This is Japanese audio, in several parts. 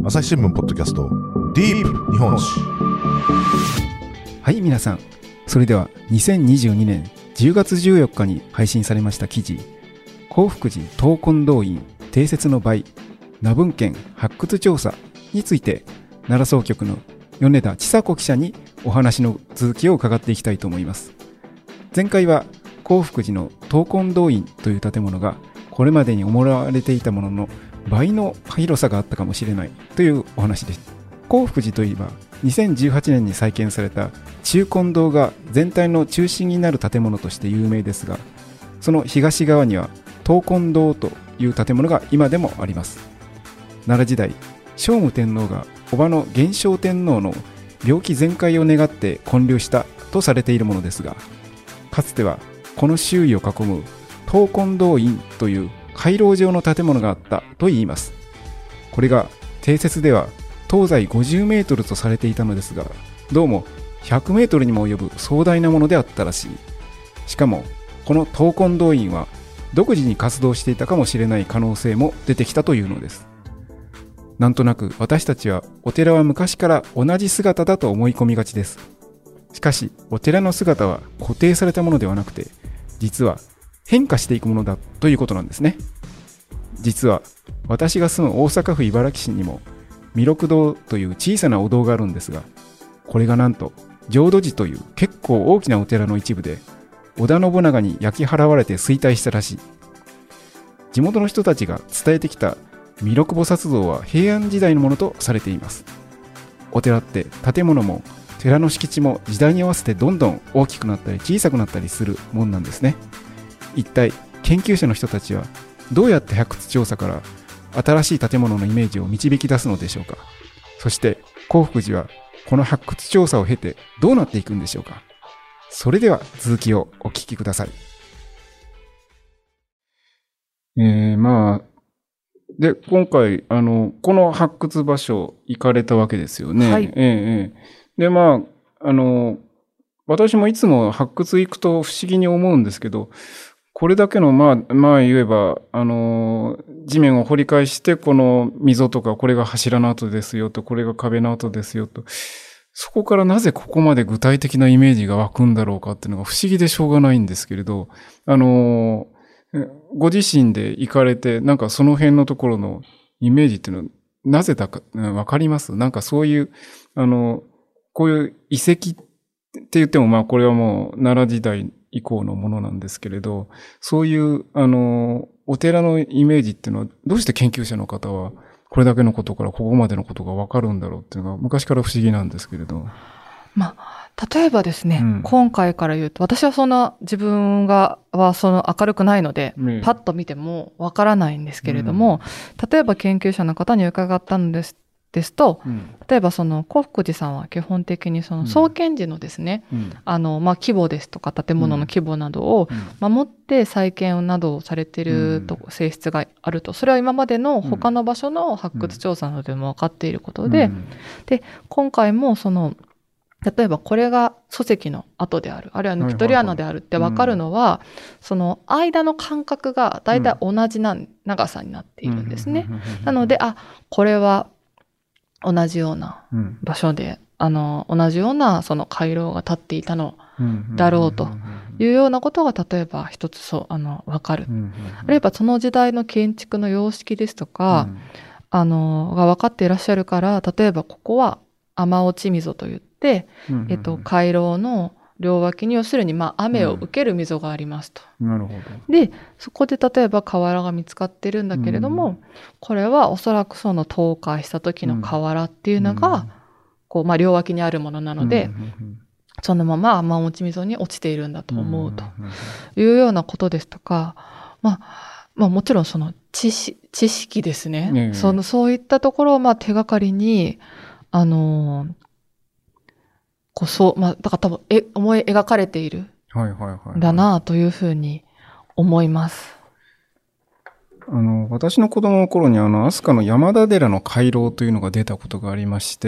朝日新聞ポッドキャストディープ日本史。 はい、皆さん、それでは2022年10月14日に配信されました記事、興福寺東金堂院定説の倍名文献発掘調査について、奈良総局の米田千佐子記者にお話の続きを伺っていきたいと思います。前回は興福寺の東金堂院という建物がこれまでに思われていたものの倍の広さがあったかもしれないというお話でした。興福寺といえば2018年に再建された中金堂が全体の中心になる建物として有名ですが、その東側には東金堂という建物が今でもあります。奈良時代、聖武天皇が叔母の元正天皇の病気全快を願って建立したとされているものですが、かつてはこの周囲を囲む東金堂院という回廊状の建物があったといいます。これが定説では東西50メートルとされていたのですが、どうも100メートルにも及ぶ壮大なものであったらしい。しかもこの東金堂院は独自に活動していたかもしれない可能性も出てきたというのです。なんとなく私たちはお寺は昔から同じ姿だと思い込みがちです。しかしお寺の姿は固定されたものではなくて、実は変化していくものだということなんですね。実は私が住む大阪府茨木市にも弥勒堂という小さなお堂があるんですが、これがなんと浄土寺という結構大きなお寺の一部で織田信長に焼き払われて衰退したらしい。地元の人たちが伝えてきた弥勒菩薩像は平安時代のものとされています。お寺って建物も寺の敷地も時代に合わせてどんどん大きくなったり小さくなったりするもんなんですね。一体研究者の人たちはどうやって発掘調査から新しい建物のイメージを導き出すのでしょうか。そして興福寺はこの発掘調査を経てどうなっていくんでしょうか。それでは続きをお聞きください。で今回この発掘場所行かれたわけですよね。 はい。 で私もいつも発掘行くと不思議に思うんですけど、これだけの言えば地面を掘り返して、この溝とかこれが柱の跡ですよと、これが壁の跡ですよと、そこからなぜここまで具体的なイメージが湧くんだろうかっていうのが不思議でしょうがないんですけれど、ご自身で行かれて、なんかその辺のところのイメージっていうのはなぜだかわかります？なんかそういうこういう遺跡って言ってもこれはもう奈良時代以降のものなんですけれど、そういうお寺のイメージっていうのはどうして研究者の方はこれだけのことからここまでのことがわかるんだろうっていうのが昔から不思議なんですけれど。 例えばですね、今回から言うと、私はそんな自分はその明るくないので、パッと見てもわからないんですけれども、例えば研究者の方に伺ったのですと、例えばその興福寺さんは基本的にその創建時のですね、規模ですとか建物の規模などを守って再建などをされている性質があると。それは今までの他の場所の発掘調査などでも分かっていることで、で、今回もその例えばこれが礎石の跡である、あるいは抜き取り穴であるって分かるのは、その間の間隔がだいたい同じ長さになっているんですね。なので、これは同じような場所で、同じようなその回廊が立っていたのだろうというようなことが例えば一つ分かる。あるいはその時代の建築の様式ですとか、が分かっていらっしゃるから、例えばここは雨落ち溝といって、回廊の両脇に要するに雨を受ける溝がありますと。 なるほど。 で、そこで例えば瓦が見つかってるんだけれども、これはおそらくその倒壊した時の瓦っていうのが、両脇にあるものなので、そのまま雨落ち溝に落ちているんだと思うというようなことですとか、もちろんその知識ですね。そういったところを手がかりに、だから多分思い描かれているんだなというふうに思います。 私の子供の頃に飛鳥の山田寺の回廊というのが出たことがありまして、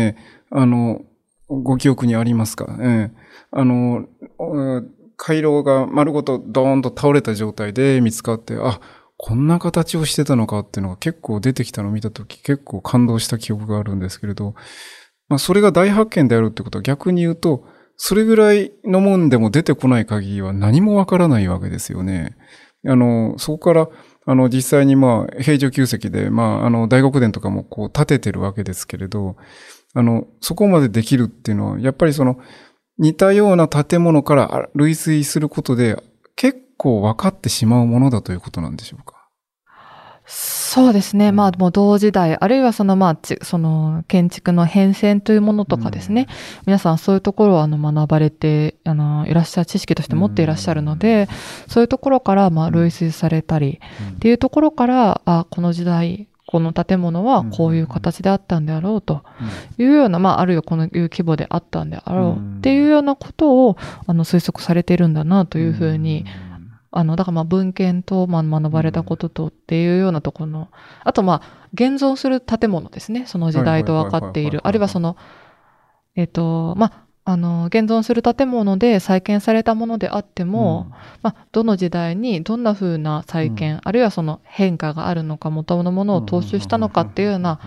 ご記憶にありますか？回廊が丸ごとドーンと倒れた状態で見つかって、 こんな形をしてたのかっていうのが結構出てきたのを見たとき結構感動した記憶があるんですけれど、それが大発見であるってことは逆に言うと、それぐらいのもんでも出てこない限りは何もわからないわけですよね。そこから、実際に平城宮跡で、大極殿とかもこう建ててるわけですけれど、そこまでできるっていうのは、やっぱり似たような建物から類推することで、結構分かってしまうものだということなんでしょうか。 そうですね。もう同時代、あるいはその建築の変遷というものとかですね。皆さんそういうところを学ばれて、いらっしゃる、知識として持っていらっしゃるので、そういうところから類推されたり、っていうところから、この時代、この建物はこういう形であったんであろうというような、あるいはこのいう規模であったんであろうっていうようなことを推測されているんだなというふうに、だから文献と学ばれたこととっていうようなところの、あと現存する建物ですね、その時代と分かっている、あるいは現存する建物で再建されたものであっても、どの時代にどんな風な再建、あるいはその変化があるのか、元のものを踏襲したのかっていうような、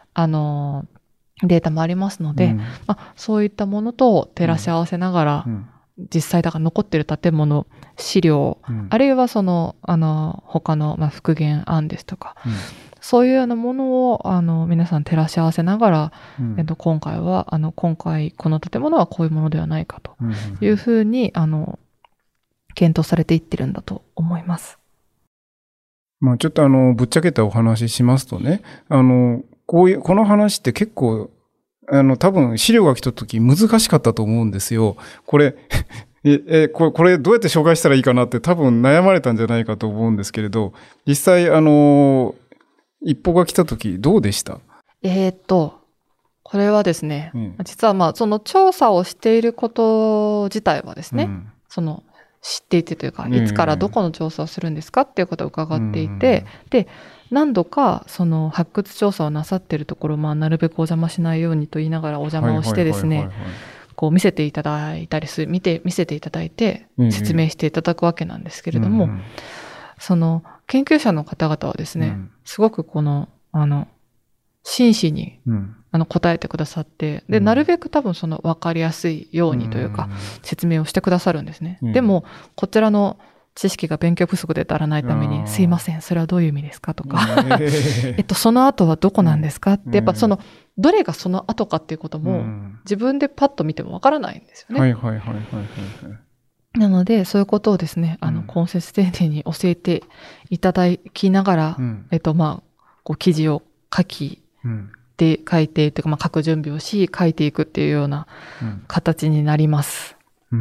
データもありますので、そういったものと照らし合わせながら、実際だから残っている建物、資料、あるいは他の復元案ですとか、そういうようなものを皆さん照らし合わせながら、今回この建物はこういうものではないかというふうに検討されていってるんだと思います。 ちょっとぶっちゃけたお話ししますとね、この話って結構多分資料が来た時難しかったと思うんですよ。これこれどうやって紹介したらいいかなって多分悩まれたんじゃないかと思うんですけれど、実際一報が来た時どうでした？ これはですね、実はその調査をしていること自体はですね、知っていてというか、いつからどこの調査をするんですかっていうことを伺っていて、で、何度か発掘調査をなさっているところ、なるべくお邪魔しないようにと言いながらお邪魔をしてですね、こう見せていただいたりする、見せていただいて説明していただくわけなんですけれども、研究者の方々はですね、すごく真摯に答えてくださって、で、なるべく多分分かりやすいようにというか、説明をしてくださるんですね。でも、こちらの知識が勉強不足で足らないために、すいません、それはどういう意味ですかとか、その後はどこなんですかって、やっぱどれがその後かっていうことも、自分でパッと見てもわからないんですよね。なので、そういうことをですね、根節丁寧に教えていただきながら、記事を書いてというか、書く準備をし、書いていくっていうような形になります。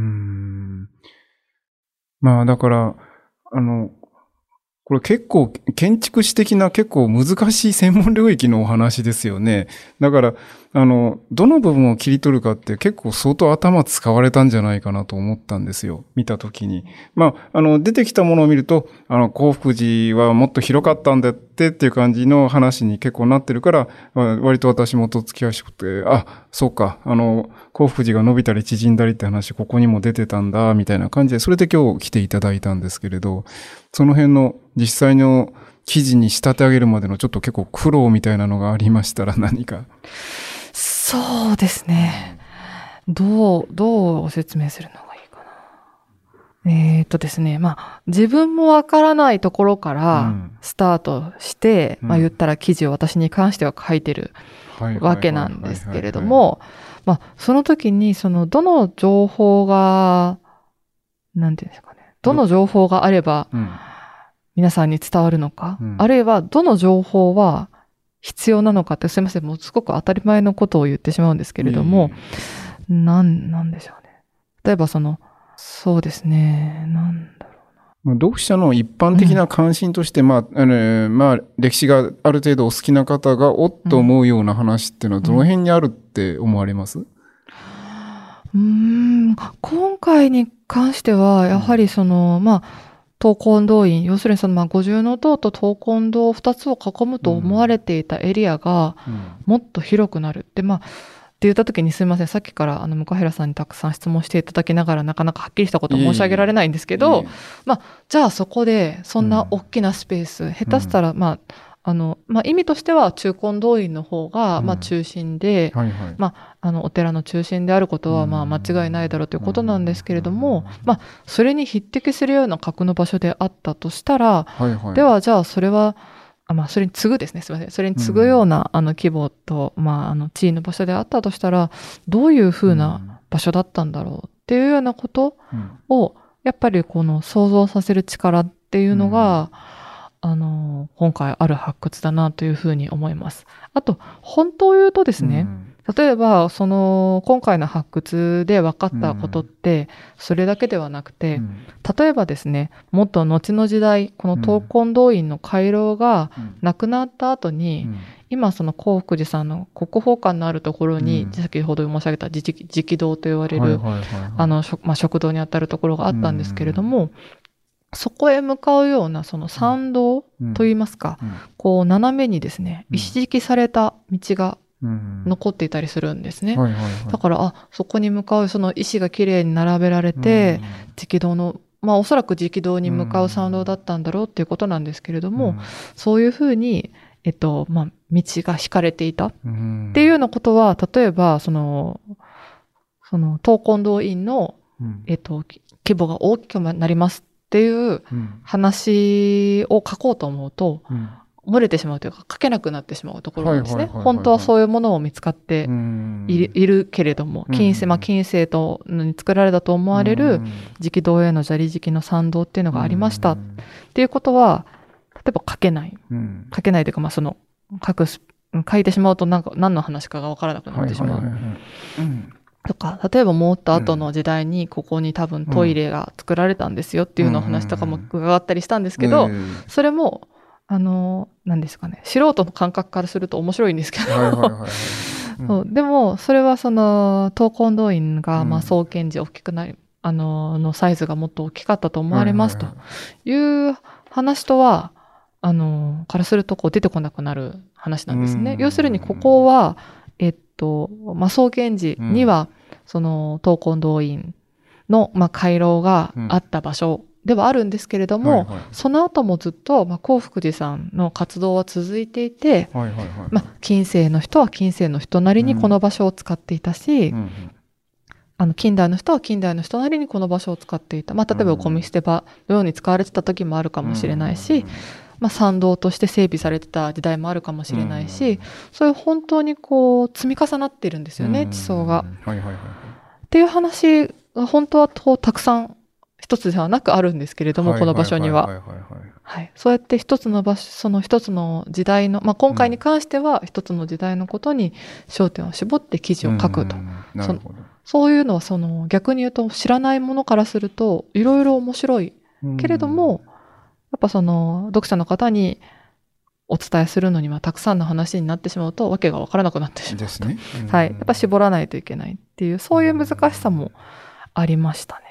だから、これ結構建築史的な結構難しい専門領域のお話ですよね。だから、どの部分を切り取るかって結構相当頭使われたんじゃないかなと思ったんですよ。見たときに。出てきたものを見ると、興福寺はもっと広かったんだっていう感じの話に結構なってるから、割と私もとっつきやすくて、そうか、興福寺が伸びたり縮んだりって話、ここにも出てたんだ、みたいな感じで、それで今日来ていただいたんですけれど、その辺の実際の記事に仕立て上げるまでのちょっと結構苦労みたいなのがありましたら何か。 そうですね。どうご説明するのがいいかな。ですね、自分もわからないところからスタートして、言ったら記事を私に関しては書いてるわけなんですけれども、その時にどの情報が、なんていうんですかね、どの情報があれば皆さんに伝わるのか、あるいはどの情報は必要なのかって、すいません、もうすごく当たり前のことを言ってしまうんですけれども、なんでしょうね。例えばそうですね、なんだろうな。 読者の一般的な関心として、歴史がある程度お好きな方がおっと思うような話っていうのはどの辺にあるって思われます？ 今回に関しては、やはり東根堂院、要するに五重塔と東根堂2つを囲むと思われていたエリアがもっと広くなるって、 って言った時にすいません、さっきから向平さんにたくさん質問していただきながらなかなかはっきりしたことを申し上げられないんですけど、じゃあそこでそんな大きなスペース、下手したら意味としては中根動員の方が中心で、お寺の中心であることは間違いないだろうということなんですけれども、それに匹敵するような格の場所であったとしたら、ではじゃあそれはそれに次ぐですね。すみません。それに次ぐような、規模と、地位の場所であったとしたら、どういうふうな場所だったんだろうっていうようなことを、やっぱりこの想像させる力っていうのが、今回ある発掘だなというふうに思います。あと、本当を言うとですね、例えば、今回の発掘で分かったことって、それだけではなくて、例えばですね、もっと後の時代、この闘魂動員の回廊がなくなった後に、今その興福寺さんの国宝館のあるところに、先ほど申し上げた直堂と言われる、食堂にあたるところがあったんですけれども、そこへ向かうようなその参道といいますか、こう斜めにですね、石敷きされた道が残っていたりするんですね。だから、そこに向かうその石がきれいに並べられて、直道の、おそらく直道に向かう参道だったんだろうっていうことなんですけれども、そういうふうに、道が敷かれていたっていうようなことは、例えば、その闘魂動員の、規模が大きくなりますっていう話を書こうと思うと、漏れてしまうというか書けなくなってしまうところなんですね。本当はそういうものも見つかっているけれども、近世とに作られたと思われる直道への砂利敷きの参道っていうのがありましたっていうことは、例えば書けないというか、書いてしまうと何の話かが分からなくなってしまう。とか、例えばもっと後の時代にここに多分トイレが作られたんですよっていうの話とかも伺ったりしたんですけど、それも何ですかね、素人の感覚からすると面白いんですけど、でもそれはその闘魂動員が創建時大きくなり、のサイズがもっと大きかったと思われますという話とは、からするとこう出てこなくなる話なんですね。要するにここは創建時にはその闘魂動員の回廊があった場所ではあるんですけれども、その後もずっと興福寺さんの活動は続いていて、近世の人は近世の人なりにこの場所を使っていたし、近代の人は近代の人なりにこの場所を使っていた。例えばゴミ捨て場のように使われてた時もあるかもしれないし、参道として整備されてた時代もあるかもしれないし、そういう本当にこう積み重なっているんですよね、地層が。っていう話が本当はたくさん一つではなくあるんですけれども、この場所には。そうやって一つの場所、その一つの時代の、今回に関しては一つの時代のことに焦点を絞って記事を書くと。そういうのは逆に言うと知らないものからするといろいろ面白いけれども、やっぱ読者の方にお伝えするのにはたくさんの話になってしまうとわけがわからなくなってしまうですね。やっぱ絞らないといけないっていう、そういう難しさもありましたね。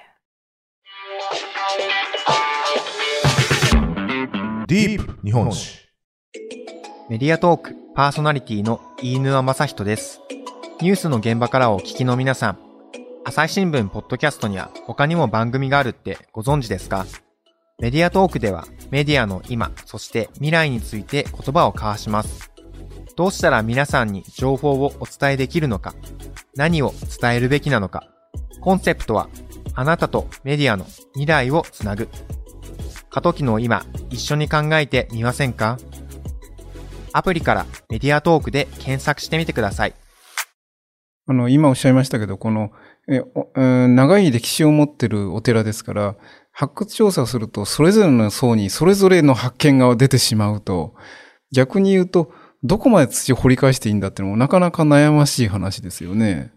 ディープ日本史。 メディアトークパーソナリティの飯沼正人です。ニュースの現場からお聞きの皆さん、朝日新聞ポッドキャストには他にも番組があるってご存知ですか？メディアトークではメディアの今、そして未来について言葉を交わします。どうしたら皆さんに情報をお伝えできるのか、何を伝えるべきなのか。コンセプトはあなたとメディアの未来をつなぐ。過渡期の今、一緒に考えてみませんか？アプリからメディアトークで検索してみてください。 今おっしゃいましたけど、この長い歴史を持ってるお寺ですから、発掘調査をするとそれぞれの層にそれぞれの発見が出てしまうと、逆に言うとどこまで土を掘り返していいんだっていうのもなかなか悩ましい話ですよね。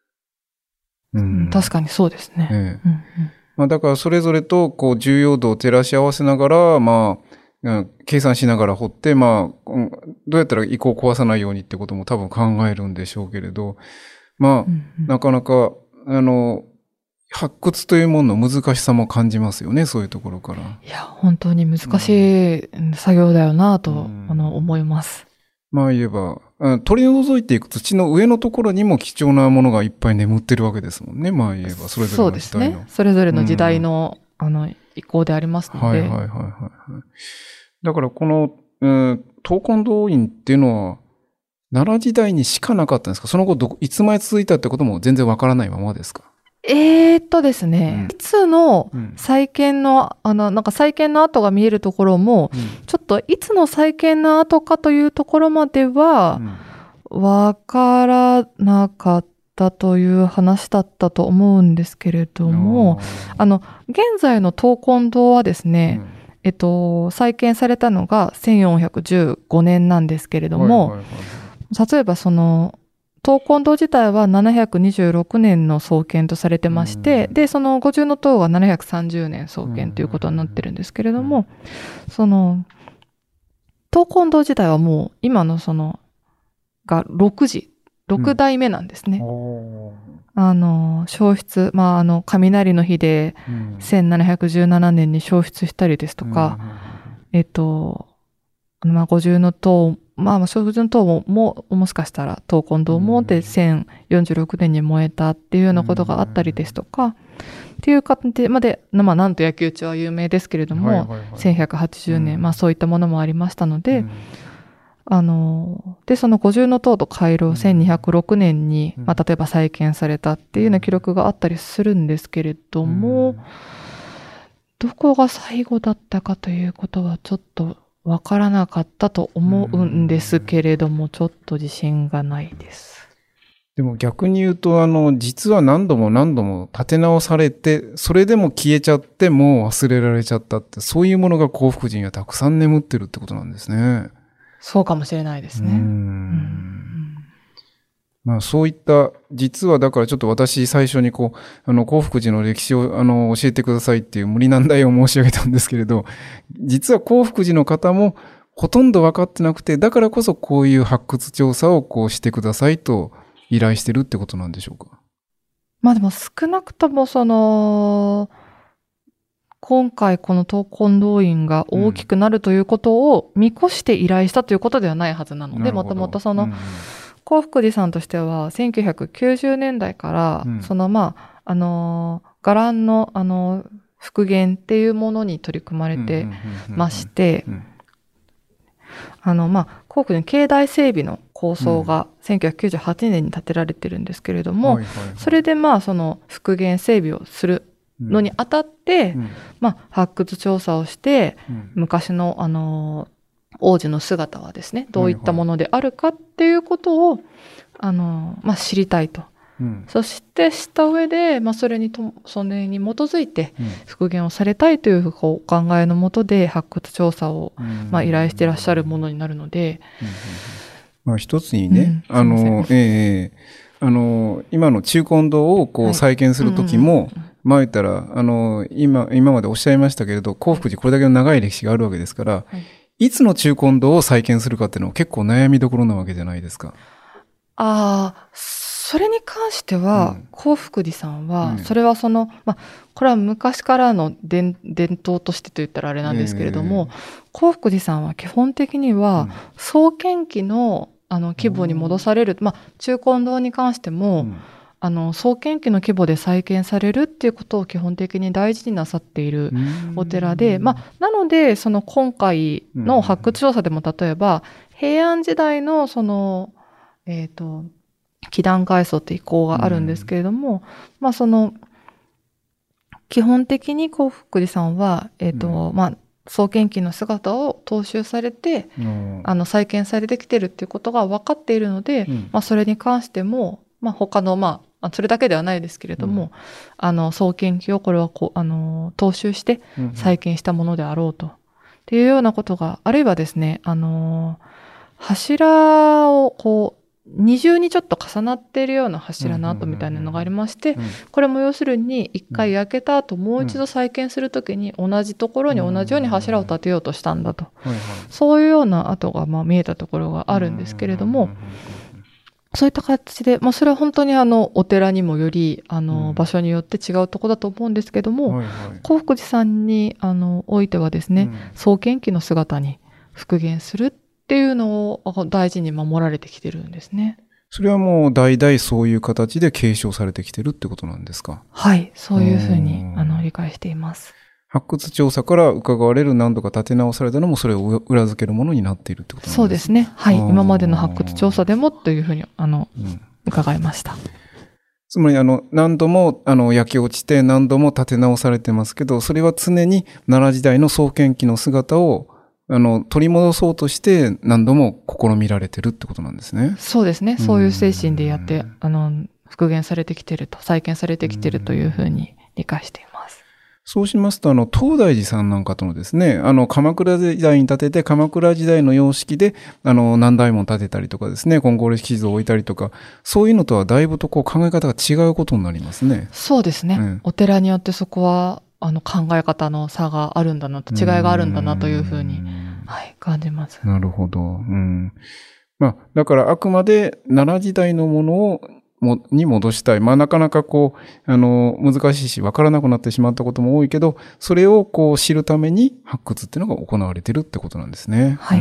確かにそうですね。 だからそれぞれとこう重要度を照らし合わせながら、計算しながら掘って、どうやったら遺構を壊さないようにってことも多分考えるんでしょうけれど、なかなか発掘というものの難しさも感じますよね、そういうところから。 いや、本当に難しい作業だよなと思います。 言えば取り除いていく土の上のところにも貴重なものがいっぱい眠ってるわけですもんね。まあ言えば、それぞれの時代の。 そうですね。それぞれの時代の、意向でありますので。 はいはいはいはい。だからこの、闘魂動員っていうのは、奈良時代にしかなかったんですか？その後いつまで続いたってことも全然わからないままですか？ ですね、いつの再建の、なんか再建の跡が見えるところも、ちょっといつの再建の跡かというところまでは、わからなかったという話だったと思うんですけれども、現在の闘魂堂はですね、再建されたのが1415年なんですけれども、例えばその、闘魂堂自体は726年の創建とされてまして、で、その五重塔が730年創建ということになってるんですけれども、その、闘魂堂自体はもう今のその、が6代目なんですね。消失、雷の日で1717年に消失したりですとか、五重塔、小樹の塔もしかしたら闘魂堂もで1046年に燃えたっていうようなことがあったりですとか、っていう形まで、なんと焼き討ちは有名ですけれども、1180年、そういったものもありましたので、で、その五重塔と回廊1206年に、例えば再建されたっていうような記録があったりするんですけれども、どこが最後だったかということはちょっとわからなかったと思うんですけれども、ちょっと自信がないです。 でも逆に言うと、実は何度も何度も立て直されて、それでも消えちゃって、もう忘れられちゃったって、そういうものが興福寺にはたくさん眠ってるってことなんですね。 そうかもしれないですね。 そういった、実はだからちょっと私最初に興福寺の歴史を教えてくださいっていう無理難題を申し上げたんですけれど、実は興福寺の方もほとんど分かってなくて、だからこそこういう発掘調査をしてくださいと依頼してるってことなんでしょうか？ でも少なくとも今回この闘魂動員が大きくなるということを見越して依頼したということではないはずなので、もともと興福寺さんとしては1990年代から、伽藍の復元っていうものに取り組まれてまして、興福寺の境内整備の構想が1998年に建てられてるんですけれども、それでその復元整備をするのにあたって、発掘調査をして、昔の王子の姿はですね、どういったものであるかっていうことを、知りたいと。そして知った上で、それに基づいて復元をされたいというお考えのもとで発掘調査を、依頼していらっしゃるものになるので。 一つにね、今の中根堂を再建するときも、言ったら、今までおっしゃいましたけれど、興福寺これだけの長い歴史があるわけですから、いつの中根堂を再建するかっていうのは結構悩みどころなわけじゃないですか。 それに関しては、興福寺さんは、それはこれは昔からの伝統としてと言ったらあれなんですけれども、興福寺さんは基本的には、創建期の規模に戻される、中根堂に関しても、創建期の規模で再建されるっていうことを基本的に大事になさっているお寺で、なので、今回の発掘調査でも例えば、平安時代の基壇改装って意向があるんですけれども、基本的に興福寺さんは、創建期の姿を踏襲されて、再建されてきてるっていうことが分かっているので、それに関しても、他の、それだけではないですけれども、創建期をこれは踏襲して再建したものであろうと。っていうようなことが、あるいはですね、柱を二重にちょっと重なっているような柱の跡みたいなのがありまして、これも要するに一回焼けた後もう一度再建するときに同じところに同じように柱を立てようとしたんだと。そういうような跡が見えたところがあるんですけれども、そういった形で、それは本当にお寺にもより、場所によって違うところだと思うんですけども、興福寺さんにおいてはですね、創建期の姿に復元するっていうの大事に守られてきてるんですね。 それはもう代々そういう形で継承されてきてるってことなんですか？ はい、そういうふうに理解しています。 発掘調査から伺われる何度か立て直されたのもそれを裏付けるものになっているってことなんですか？ そうですね。はい。今までの発掘調査でもというふうに伺いました。 つまり何度も焼け落ちて何度も立て直されてますけど、それは常に奈良時代の創建期の姿を取り戻そうとして何度も試みられてるってことなんですね。 そうですね。そういう精神でやって復元されてきてると、再建されてきてるというふうに理解しています。 そうしますと、東大寺さんなんかとのですね、鎌倉時代に建てて、鎌倉時代の様式で、南大門建てたりとかですね、金剛歴史像を置いたりとか、そういうのとはだいぶと考え方が違うことになりますね。 そうですね。お寺によってそこは、考え方の差があるんだなと、違いがあるんだなというふうに、はい、感じます。 なるほど。だからあくまで奈良時代のものに戻したい。なかなか難しいし、わからなくなってしまったことも多いけど、それを知るために発掘っていうのが行われてるってことなんですね。 はい。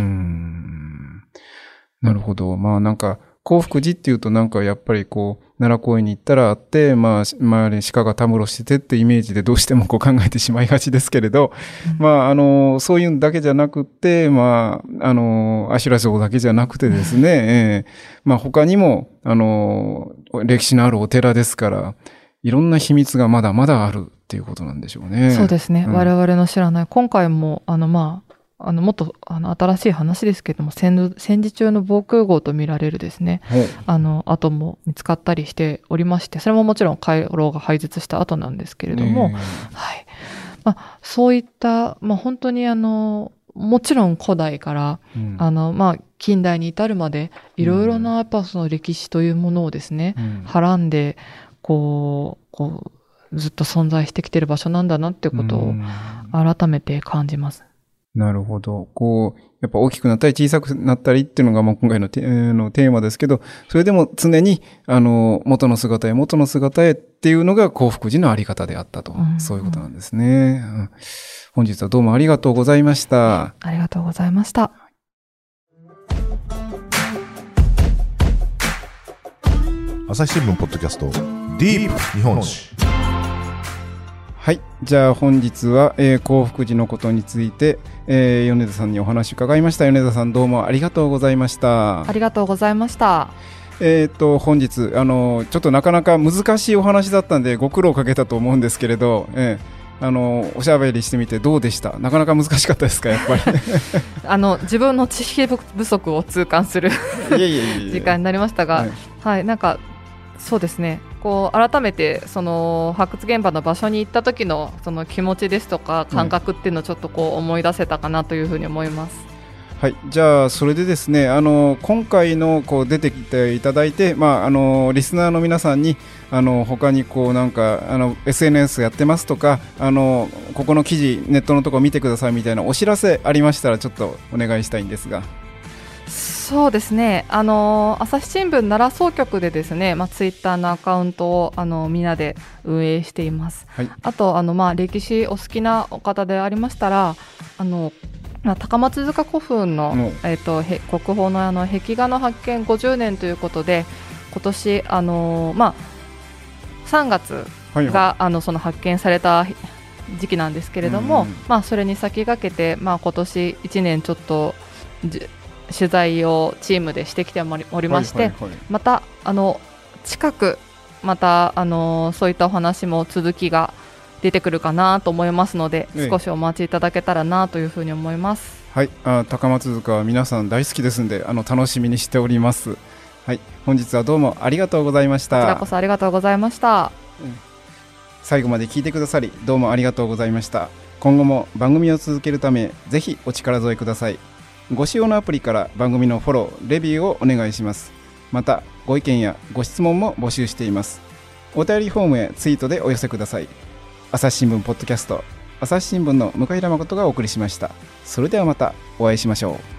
なるほど。興福寺っていうとやっぱり奈良公園に行ったらあって、周りに鹿がたむろしててってイメージでどうしても考えてしまいがちですけれど、そういうんだけじゃなくて、阿修羅像だけじゃなくてですね、他にも、歴史のあるお寺ですから、いろんな秘密がまだまだあるっていうことなんでしょうね。 そうですね。我々の知らない。今回も、もっと新しい話ですけども、戦時中の防空壕と見られるですね、跡も見つかったりしておりまして、それももちろん回廊が廃絶した後なんですけれども、はい。そういった、本当にもちろん古代から、近代に至るまで、いろいろなやっぱその歴史というものをですね、はらんで、ずっと存在してきている場所なんだなっていうことを改めて感じます。 なるほど。やっぱ大きくなったり小さくなったりっていうのが今回のテーマですけど、それでも常に元の姿へっていうのが興福寺のあり方であったと、そういうことなんですね。本日はどうもありがとうございました。 ありがとうございました。 朝日新聞ポッドキャストディープ日本史。 はい。じゃあ本日は、興福寺のことについて、米田さんにお話を伺いました。米田さんどうもありがとうございました。 ありがとうございました。 本日、ちょっとなかなか難しいお話だったんでご苦労かけたと思うんですけれど、おしゃべりしてみてどうでした？なかなか難しかったですか、やっぱり。 自分の知識不足を痛感する時間になりましたが、はい、そうですね。改めてその発掘現場の場所に行った時のその気持ちですとか感覚っていうのをちょっと思い出せたかなというふうに思います。 はい、じゃあそれでですね、今回の出てきていただいて、リスナーの皆さんに他にSNS やってますとか、ここの記事ネットのとこ見てくださいみたいなお知らせありましたらちょっとお願いしたいんですが。 そうですね。朝日新聞奈良総局でですね、ツイッターのアカウントをみんなで運営しています。はい、あと歴史お好きなお方でありましたら、高松塚古墳の、国宝の壁画の発見50年ということで、今年3月が、その発見された時期なんですけれども、それに先駆けて、今年1年ちょっと取材をチームでしてきておりまして、また近くまたそういったお話も続きが出てくるかなと思いますので、少しお待ちいただけたらなというふうに思います。 はい、高松塚は皆さん大好きですので楽しみにしております。はい、本日はどうもありがとうございました。 こちらこそありがとうございました。 最後まで聞いてくださりどうもありがとうございました。今後も番組を続けるためぜひお力添えください。ご使用のアプリから番組のフォロー、レビューをお願いします。またご意見やご質問も募集しています。お便りフォームへツイートでお寄せください。朝日新聞ポッドキャスト、朝日新聞の向井良誠がお送りしました。それではまたお会いしましょう。